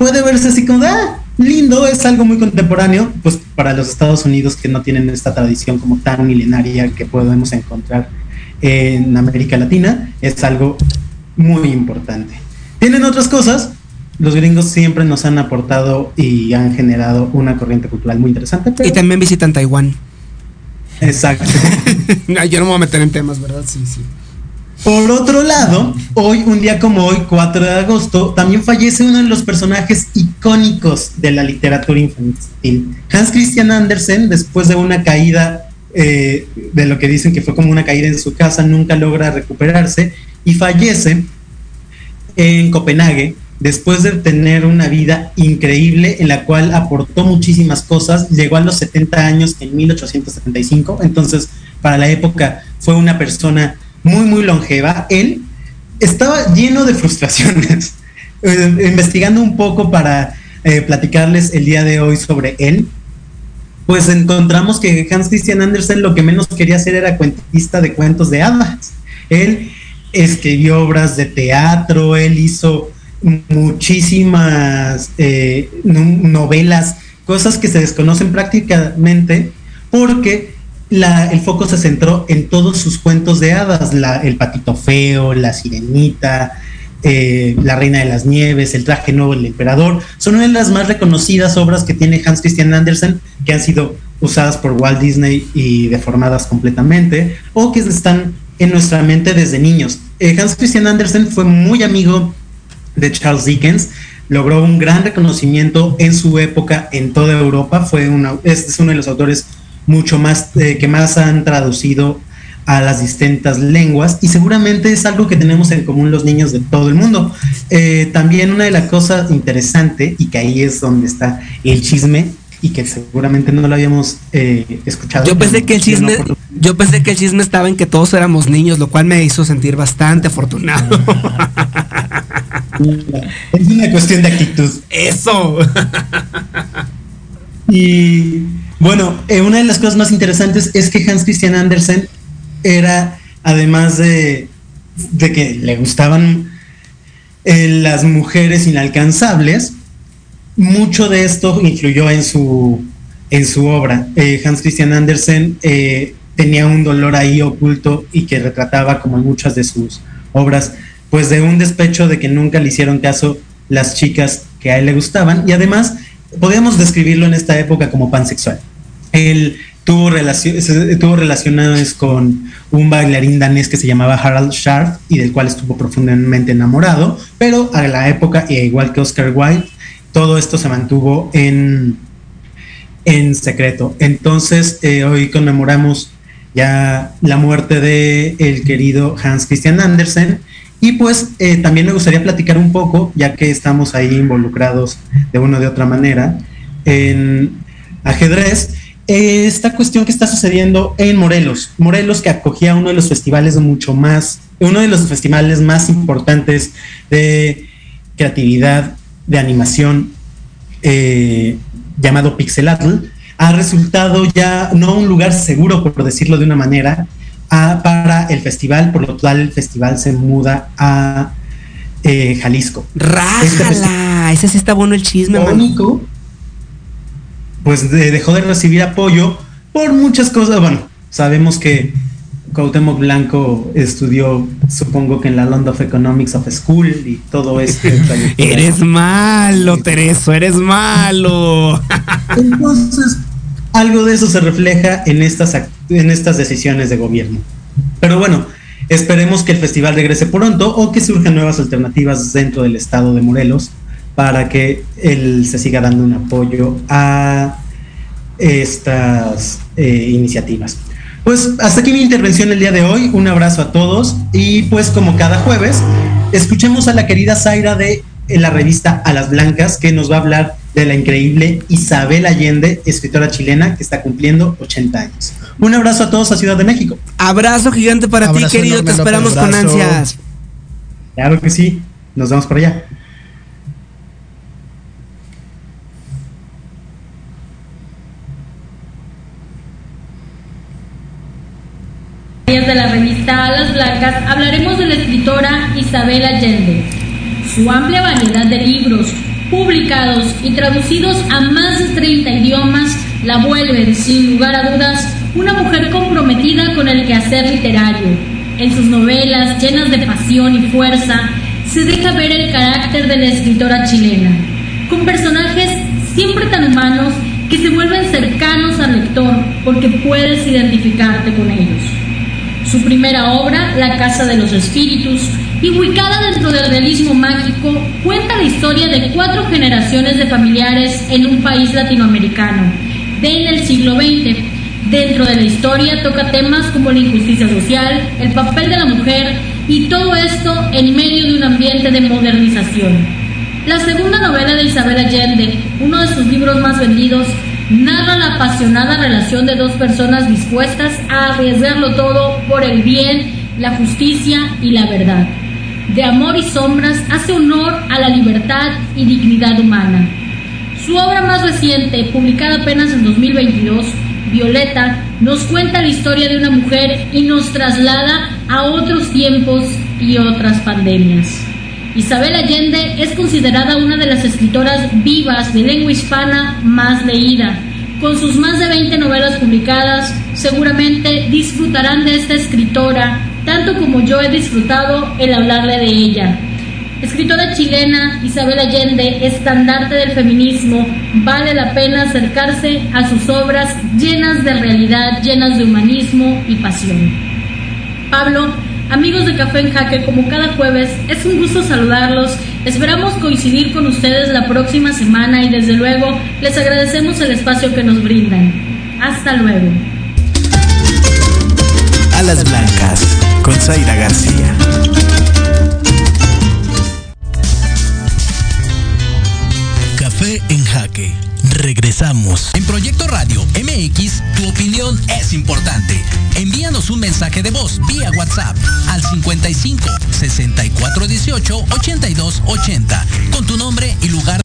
puede verse así como de, ah, lindo, es algo muy contemporáneo, pues para los Estados Unidos que no tienen esta tradición como tan milenaria que podemos encontrar en América Latina, es algo muy importante. Tienen otras cosas, los gringos siempre nos han aportado y han generado una corriente cultural muy interesante. Pero... Y también visitan Taiwán. Exacto. No, yo no me voy a meter en temas, ¿verdad? Sí, sí. Por otro lado, hoy, un día como hoy, cuatro de agosto, también fallece uno de los personajes icónicos de la literatura infantil. Hans Christian Andersen, después de una caída, eh, de lo que dicen que fue como una caída en su casa, nunca logra recuperarse y fallece en Copenhague, después de tener una vida increíble en la cual aportó muchísimas cosas. Llegó a los setenta años en mil ochocientos setenta y cinco, entonces para la época fue una persona muy muy longeva. Él estaba lleno de frustraciones. eh, investigando un poco para eh, platicarles el día de hoy sobre él, pues encontramos que Hans Christian Andersen lo que menos quería hacer era cuentista de cuentos de hadas. Él escribió obras de teatro, él hizo muchísimas eh, novelas, cosas que se desconocen prácticamente porque la, el foco se centró en todos sus cuentos de hadas, la, el Patito Feo, la Sirenita, eh, la Reina de las Nieves, el Traje Nuevo del Emperador. Son una de las más reconocidas obras que tiene Hans Christian Andersen, que han sido usadas por Walt Disney y deformadas completamente, o que están en nuestra mente desde niños. eh, Hans Christian Andersen fue muy amigo de Charles Dickens, logró un gran reconocimiento en su época en toda Europa. Fue una, este es uno de los autores mucho más eh, que más han traducido a las distintas lenguas, y seguramente es algo que tenemos en común los niños de todo el mundo. Eh, también una de las cosas interesantes, y que ahí es donde está el chisme, y que seguramente no lo habíamos eh, escuchado. Yo pensé que el chisme, yo pensé que el chisme estaba en que todos éramos niños, lo cual me hizo sentir bastante afortunado. Es una cuestión de actitud. Eso. Y bueno, eh, una de las cosas más interesantes es que Hans Christian Andersen era, además de, de que le gustaban eh, las mujeres inalcanzables, mucho de esto influyó en su, en su obra. Eh, Hans Christian Andersen eh, tenía un dolor ahí oculto y que retrataba, como en muchas de sus obras, pues de un despecho de que nunca le hicieron caso las chicas que a él le gustaban, y además podríamos describirlo en esta época como pansexual. Él tuvo, relaciones, tuvo relaciones con un bailarín danés que se llamaba Harald Scharf y del cual estuvo profundamente enamorado, pero a la época, e igual que Oscar Wilde, todo esto se mantuvo en, en secreto. Entonces eh, hoy conmemoramos ya la muerte de el querido Hans Christian Andersen. Y pues eh, también me gustaría platicar un poco, ya que estamos ahí involucrados de una o de otra manera en ajedrez, eh, esta cuestión que está sucediendo en Morelos. Morelos, que acogía uno de los festivales mucho más, uno de los festivales más importantes de creatividad, de animación, eh, llamado Pixelatl, ha resultado ya no un lugar seguro, por decirlo de una manera, A, para el festival, por lo cual el festival se muda a eh, Jalisco. ¡Rájala! Este ese sí está bueno el chisme, único, pues de, dejó de recibir apoyo por muchas cosas. Bueno, sabemos que Cuauhtémoc Blanco estudió, supongo que en la London Economics of School y todo esto. Eres malo, Tereso, eres malo. Entonces, algo de eso se refleja en estas, en estas decisiones de gobierno. Pero bueno, esperemos que el festival regrese pronto o que surjan nuevas alternativas dentro del estado de Morelos para que él se siga dando un apoyo a estas eh, iniciativas. Pues hasta aquí mi intervención el día de hoy. Un abrazo a todos y pues como cada jueves, escuchemos a la querida Zaira de la revista A las Blancas, que nos va a hablar de la increíble Isabel Allende, escritora chilena que está cumpliendo ochenta años. Un abrazo a todos a Ciudad de México. Abrazo gigante para abrazo ti, querido, te esperamos con ansias. Claro que sí, nos vemos por allá. De la revista A las Blancas hablaremos de la escritora Isabel Allende. Su amplia variedad de libros, publicados y traducidos a más de treinta idiomas, la vuelven, sin lugar a dudas, una mujer comprometida con el quehacer literario. En sus novelas, llenas de pasión y fuerza, se deja ver el carácter de la escritora chilena, con personajes siempre tan humanos que se vuelven cercanos al lector porque puedes identificarte con ellos. Su primera obra, La Casa de los Espíritus, y ubicada dentro del realismo mágico, cuenta la historia de cuatro generaciones de familiares en un país latinoamericano de en el siglo veinte. Dentro de la historia toca temas como la injusticia social, el papel de la mujer y todo esto en medio de un ambiente de modernización. La segunda novela de Isabel Allende, uno de sus libros más vendidos, narra la apasionada relación de dos personas dispuestas a arriesgarlo todo por el bien, la justicia y la verdad. De Amor y Sombras hace honor a la libertad y dignidad humana. Su obra más reciente, publicada apenas en dos mil veintidós, Violeta, nos cuenta la historia de una mujer y nos traslada a otros tiempos y otras pandemias. Isabel Allende es considerada una de las escritoras vivas de lengua hispana más leída. Con sus más de veinte novelas publicadas, seguramente disfrutarán de esta escritora, tanto como yo he disfrutado el hablarle de ella. Escritora chilena, Isabel Allende, estandarte del feminismo, vale la pena acercarse a sus obras llenas de realidad, llenas de humanismo y pasión. Pablo, amigos de Café en Jaque, como cada jueves, es un gusto saludarlos. Esperamos coincidir con ustedes la próxima semana y desde luego les agradecemos el espacio que nos brindan. Hasta luego. Alas Blancas, con Zaira García. Café en Jaque. Regresamos. En Proyecto Radio M X, tu opinión es importante. Envíanos un mensaje de voz vía WhatsApp al cincuenta y cinco, sesenta y cuatro dieciocho, ochenta y dos ochenta con tu nombre y lugar.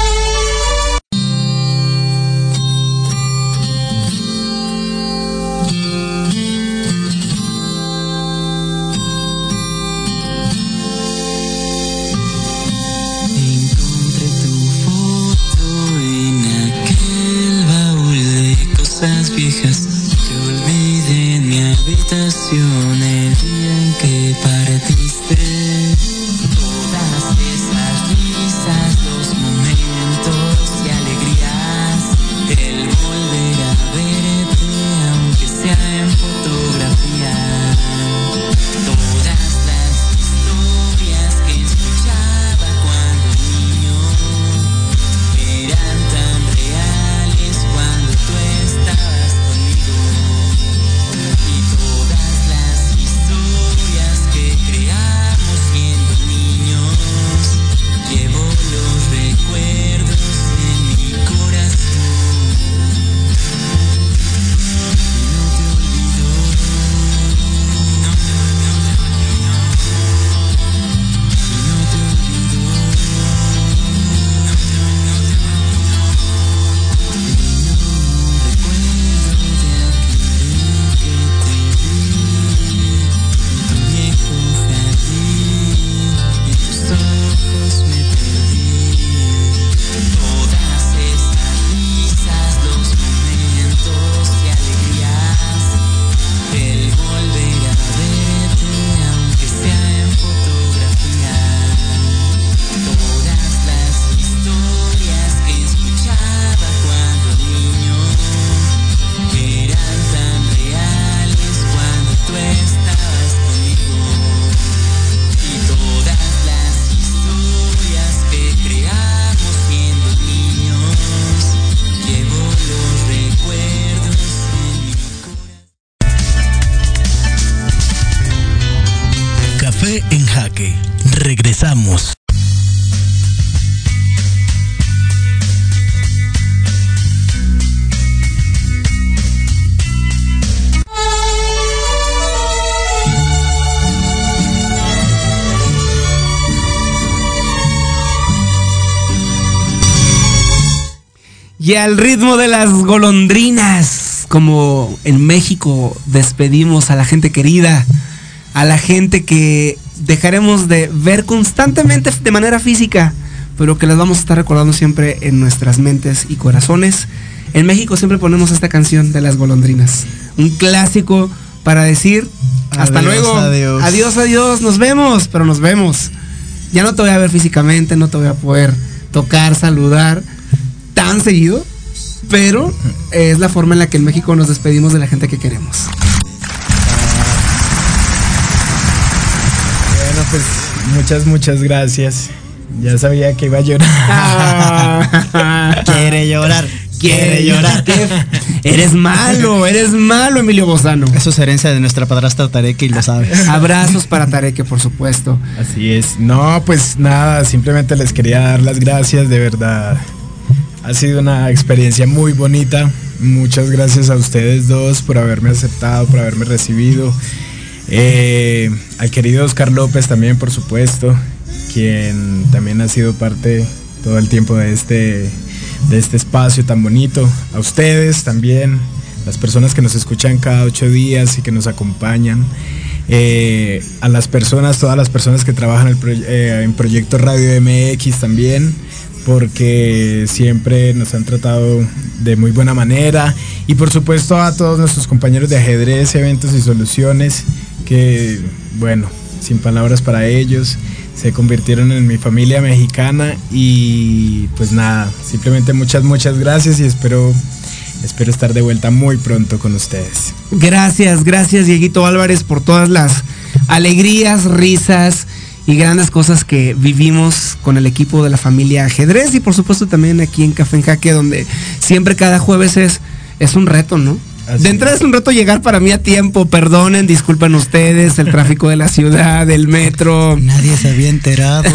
Viejas que olvidé en mi habitación el día en que partiste. Todas esas risas, los momentos y alegrías, el volver a verte aunque sea en fotografía. Todas las historias que escuchaba cuando niño eran tan reales cuando tú estabas conmigo. Y todas las historias que creamos siendo niños, llevo los recuerdos en mi corazón. Y no te olvido, no, no te olvido, y no te olvido, no, no te olvido. Tengo un recuerdo de aquel que te vi en tu viejo jardín y en tus ojos me perdí. Todas esas risas, los momentos y alegrías, el volver a verte aunque sea en fotografía. Todas las historias que escuchaba cuando niño eran tan reales cuando tú estabas conmigo. Y todas las historias que creamos siendo niños, llevo los recuerdos en mi corazón. Café en Jaque. Regresamos. Y al ritmo de las golondrinas, como en México despedimos a la gente querida, a la gente que dejaremos de ver constantemente de manera física, pero que las vamos a estar recordando siempre en nuestras mentes y corazones. En México siempre ponemos esta canción de las golondrinas, un clásico para decir hasta Adiós, luego, adiós. adiós, adiós, nos vemos, pero nos vemos. Ya no te voy a ver físicamente, no te voy a poder tocar, saludar tan seguido, pero es la forma en la que en México nos despedimos de la gente que queremos. Bueno, pues muchas, muchas gracias. Ya sabía que iba a llorar. Quiere llorar. Quiere llorar. Eres malo, eres malo, Emilio Bozano. Eso es herencia de nuestra padrastra Tareque y lo sabes. Abrazos para Tareque, por supuesto. Así es. No, pues nada, simplemente les quería dar las gracias, de verdad. Ha sido una experiencia muy bonita. Muchas gracias a ustedes dos por haberme aceptado, por haberme recibido. Eh, al querido Oscar López también, por supuesto, quien también ha sido parte todo el tiempo de este, de este espacio tan bonito. A ustedes también, las personas que nos escuchan cada ocho días y que nos acompañan. Eh, a las personas, todas las personas que trabajan el proye- eh, en Proyecto Radio M X también, porque siempre nos han tratado de muy buena manera. Y por supuesto a todos nuestros compañeros de Ajedrez, Eventos y Soluciones, que bueno, sin palabras para ellos, se convirtieron en mi familia mexicana. Y pues nada, simplemente muchas, muchas gracias y espero, espero estar de vuelta muy pronto con ustedes. Gracias, gracias Dieguito Álvarez por todas las alegrías, risas y grandes cosas que vivimos con el equipo de la familia Ajedrez, y por supuesto también aquí en Café en Jaque, donde siempre cada jueves es, es un reto, ¿no? Así de entrada es un reto llegar para mí a tiempo, perdonen, disculpen ustedes, el tráfico de la ciudad, el metro. Nadie se había enterado.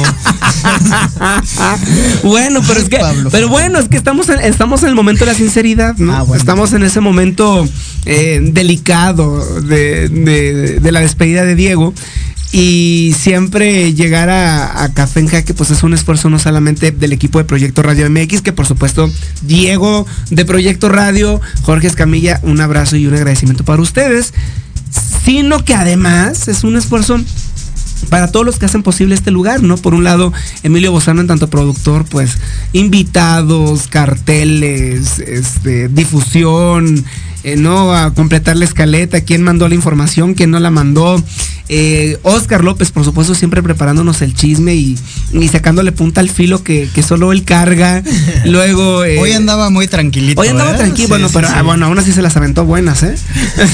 Bueno, pero es que, pero bueno, es que estamos en, estamos en el momento de la sinceridad, ¿no? Ah, bueno. Estamos en ese momento eh, delicado de, de, de la despedida de Diego. Y siempre llegar a, a Café en Jaque pues es un esfuerzo no solamente del equipo de Proyecto Radio M X, que por supuesto Diego de Proyecto Radio, Jorge Escamilla, un abrazo y un agradecimiento para ustedes, sino que además es un esfuerzo para todos los que hacen posible este lugar, ¿no? Por un lado, Emilio Bozano en tanto productor, pues invitados, carteles, este, difusión, eh, ¿no? A completar la escaleta, quién mandó la información, quién no la mandó. Eh, Oscar López, por supuesto, siempre preparándonos el chisme y, y sacándole punta al filo que, que solo él carga. Luego. Eh, hoy andaba muy tranquilito. Hoy andaba ¿eh? tranquilo, Sí, bueno, sí, pero sí. Ah, bueno, aún así se las aventó buenas, ¿eh?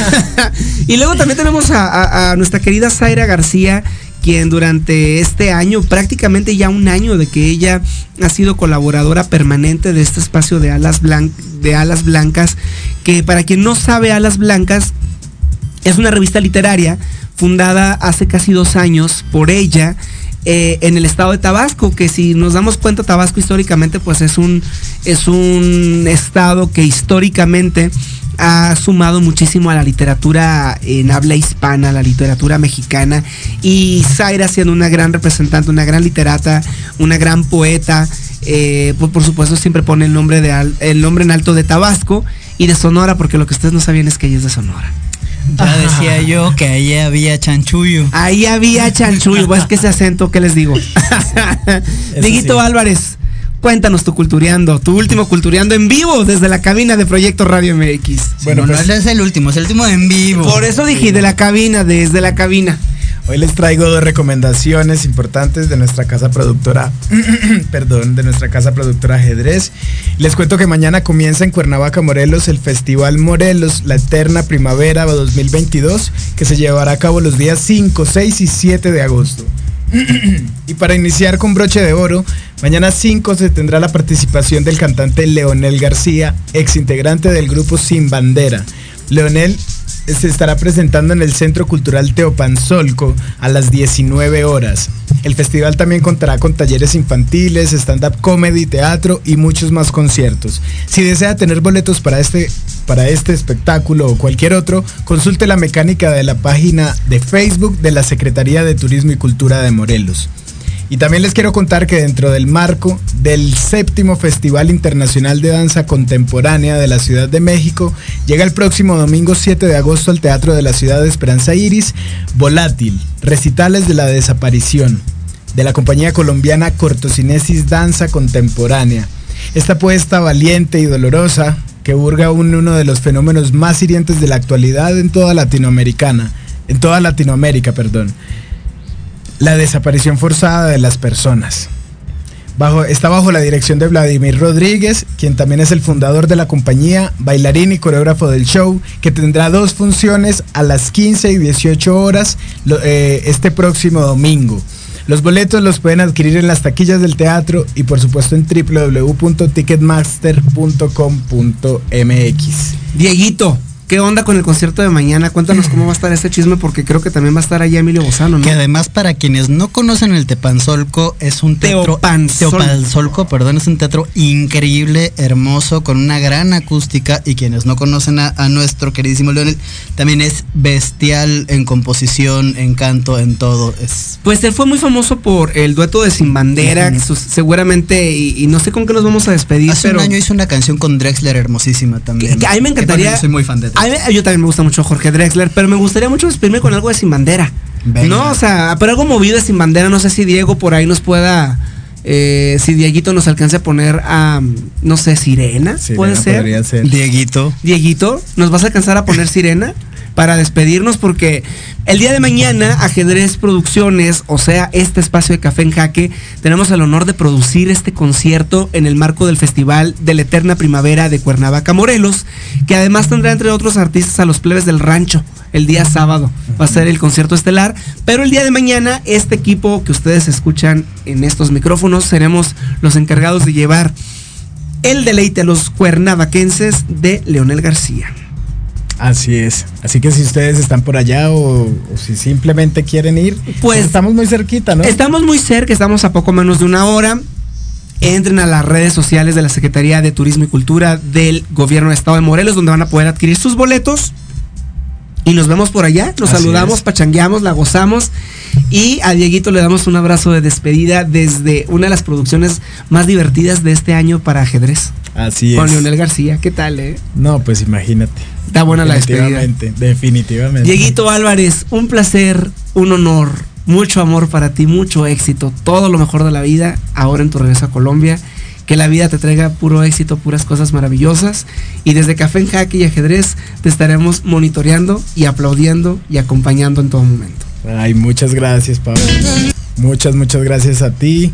Y luego también tenemos a, a, a nuestra querida Zaira García, quien durante este año, prácticamente ya un año de que ella ha sido colaboradora permanente de este espacio de Alas, Blan- de Alas Blancas, que para quien no sabe, Alas Blancas es una revista literaria fundada hace casi dos años por ella eh, en el estado de Tabasco, que si nos damos cuenta, Tabasco históricamente pues es un, es un estado que históricamente ha sumado muchísimo a la literatura en habla hispana, a la literatura mexicana, y Zaira, siendo una gran representante, una gran literata, una gran poeta, eh, pues por supuesto siempre pone el nombre, de al, el nombre en alto de Tabasco y de Sonora, porque lo que ustedes no sabían es que ella es de Sonora. Ya decía yo que ahí había chanchullo. Ahí había chanchullo, pues que ese acento, ¿qué les digo? Dieguito sí. Álvarez, cuéntanos tu cultureando, tu último cultureando en vivo desde la cabina de Proyecto Radio M X. Bueno, no, pues, no es el último, es el último en vivo. Por eso dije de la cabina, desde la cabina. Hoy les traigo dos recomendaciones importantes de nuestra casa productora, perdón, de nuestra casa productora Ajedrez. Les cuento que mañana comienza en Cuernavaca, Morelos, el Festival Morelos, la Eterna Primavera dos mil veintidós, que se llevará a cabo los días cinco, seis y siete de agosto. Y para iniciar con broche de oro, mañana cinco se tendrá la participación del cantante Leonel García, ex integrante del grupo Sin Bandera. Leonel se estará presentando en el Centro Cultural Teopanzolco a las diecinueve horas. El festival también contará con talleres infantiles, stand-up comedy, teatro y muchos más conciertos. Si desea tener boletos para este, para este espectáculo o cualquier otro, consulte la mecánica de la página de Facebook de la Secretaría de Turismo y Cultura de Morelos. Y también les quiero contar que dentro del marco del séptimo Festival Internacional de Danza Contemporánea de la Ciudad de México, llega el próximo domingo siete de agosto al Teatro de la Ciudad de Esperanza Iris, Volátil, recitales de la desaparición, de la compañía colombiana Cortocinesis Danza Contemporánea. Esta apuesta valiente y dolorosa que burga un, uno de los fenómenos más hirientes de la actualidad en toda Latinoamericana, en toda Latinoamérica, perdón. La desaparición forzada de las personas. Bajo, está bajo la dirección de Vladimir Rodríguez, quien también es el fundador de la compañía, bailarín y coreógrafo del show, que tendrá dos funciones a las quince y dieciocho horas lo, eh, este próximo domingo. Los boletos los pueden adquirir en las taquillas del teatro y por supuesto en w w w punto ticketmaster punto com punto m x. Dieguito, ¿qué onda con el concierto de mañana? Cuéntanos cómo va a estar este chisme, porque creo que también va a estar allá Emilio Bozano, ¿no? Que además, para quienes no conocen el Tepanzolco, es un teatro Teopanzol. Teopanzolco, perdón, es un teatro increíble, hermoso, con una gran acústica, y quienes no conocen a, a nuestro queridísimo Leonel, también es bestial en composición, en canto, en todo. Es... Pues él fue muy famoso por el dueto de Sin Bandera, uh-huh. seguramente, y, y no sé con qué nos vamos a despedir. Hace pero... un año hizo una canción con Drexler hermosísima también. Que, que a mí me encantaría. Yo soy muy fan de A mí, yo también me gusta mucho Jorge Drexler, pero me gustaría mucho despedirme con algo de Sin Bandera. Venga. No, o sea, pero algo movido de Sin Bandera. No sé si Diego por ahí nos pueda, eh, si Dieguito nos alcance a poner a, no sé, Sirena, Sirena puede ser. Podría ser. Dieguito. Dieguito, ¿nos vas a alcanzar a poner Sirena? Para despedirnos, porque el día de mañana Ajedrez Producciones, o sea, este espacio de Café en Jaque, tenemos el honor de producir este concierto en el marco del Festival de la Eterna Primavera de Cuernavaca, Morelos, que además tendrá entre otros artistas a los Plebes del Rancho. El día sábado va a ser el concierto estelar, pero el día de mañana este equipo que ustedes escuchan en estos micrófonos seremos los encargados de llevar el deleite a los cuernavaquenses de Leonel García. Así es. Así que si ustedes están por allá o, o si simplemente quieren ir, pues estamos muy cerquita, ¿no? Estamos muy cerca, estamos a poco menos de una hora. Entren a las redes sociales de la Secretaría de Turismo y Cultura del Gobierno del Estado de Morelos, donde van a poder adquirir sus boletos. Y nos vemos por allá, nos Así saludamos, es. pachangueamos, la gozamos. Y a Dieguito le damos un abrazo de despedida desde una de las producciones más divertidas de este año para ajedrez. Así es. Con Leonel García, ¿qué tal, eh? No, pues imagínate. Está buena la despedida. Definitivamente, definitivamente. Dieguito Álvarez, un placer, un honor, mucho amor para ti, mucho éxito, todo lo mejor de la vida, ahora en tu regreso a Colombia. Que la vida te traiga puro éxito, puras cosas maravillosas. Y desde Café en Jaque y Ajedrez te estaremos monitoreando y aplaudiendo y acompañando en todo momento. Ay, muchas gracias, Pablo. Muchas, muchas gracias a ti.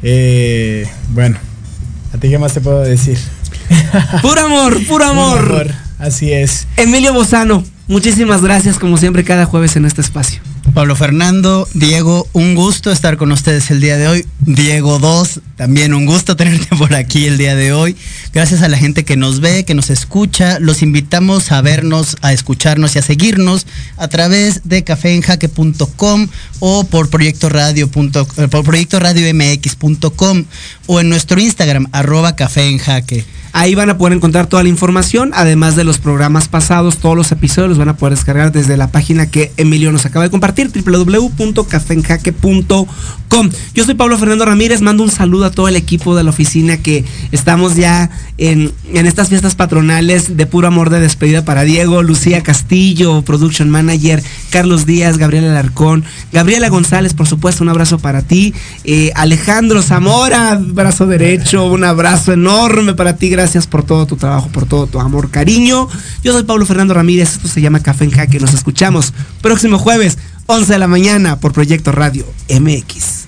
Eh, bueno, ¿a ti qué más te puedo decir? Puro amor, puro amor. Puro amor, así es. Emilio Bozano, muchísimas gracias como siempre cada jueves en este espacio. Pablo Fernando, Diego, un gusto estar con ustedes el día de hoy. Diego dos, también un gusto tenerte por aquí el día de hoy. Gracias a la gente que nos ve, que nos escucha. Los invitamos a vernos, a escucharnos y a seguirnos a través de café en jaque punto com o por proyecto radio, por proyecto radio m x punto com o en nuestro Instagram, arroba café en jaque. Ahí van a poder encontrar toda la información, además de los programas pasados, todos los episodios los van a poder descargar desde la página que Emilio nos acaba de compartir, w w w punto café en jaque punto com. Yo soy Pablo Fernando Ramírez, mando un saludo a todo el equipo de la oficina que estamos ya en, en estas fiestas patronales de puro amor de despedida para Diego, Lucía Castillo, Production Manager, Carlos Díaz, Gabriela Alarcón, Gabriela González, por supuesto, un abrazo para ti, eh, Alejandro Zamora, brazo derecho, un abrazo enorme para ti, gracias. Gracias por todo tu trabajo, por todo tu amor, cariño. Yo soy Pablo Fernando Ramírez, esto se llama Café en Jaque. Nos escuchamos próximo jueves, once de la mañana, por Proyecto Radio M X.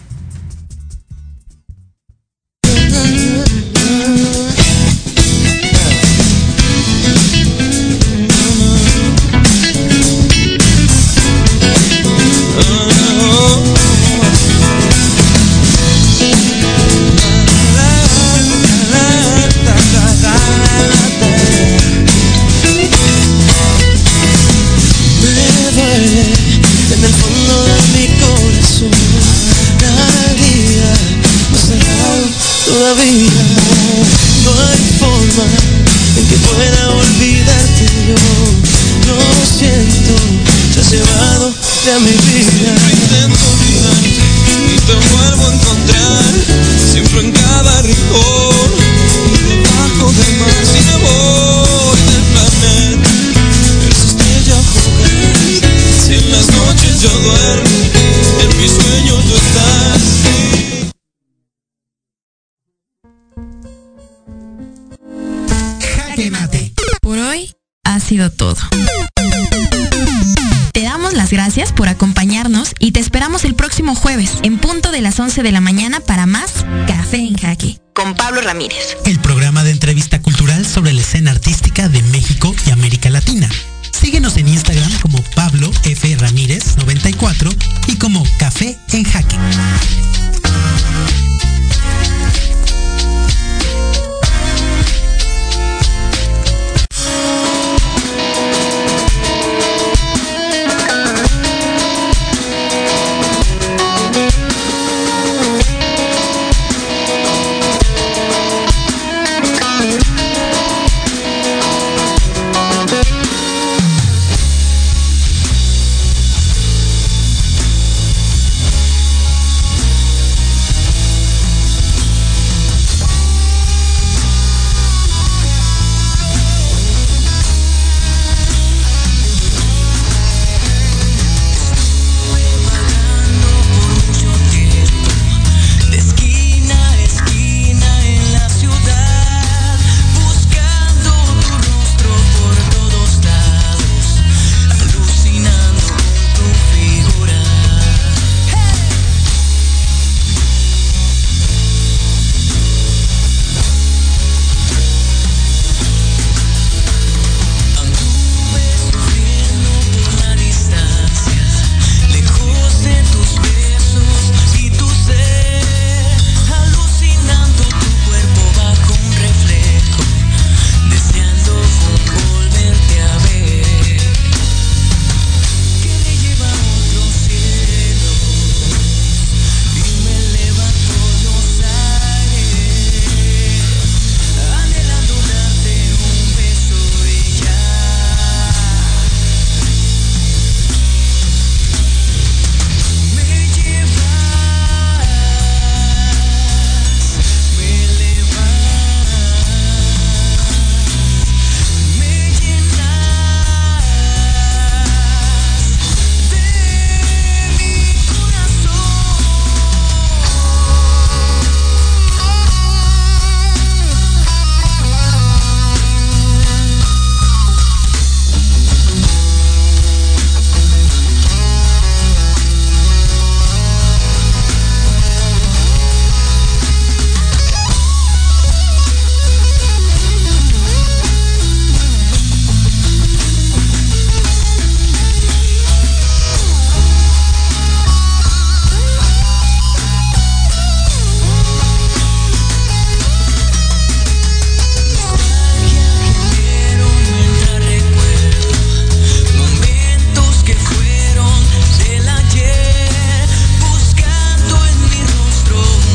Todavía no hay forma en que pueda olvidarte yo. Lo siento, te has llevado de mi vida. Siempre intento olvidarte y te vuelvo a encontrar. sido todo. Te damos las gracias por acompañarnos y te esperamos el próximo jueves en punto de las once de la mañana para más Café en Jaque con Pablo Ramírez. El programa de entrevista cultural sobre la escena artística de México y América Latina. Síguenos en Instagram como Pablo F. Ramírez noventa y cuatro y como Café en Jaque.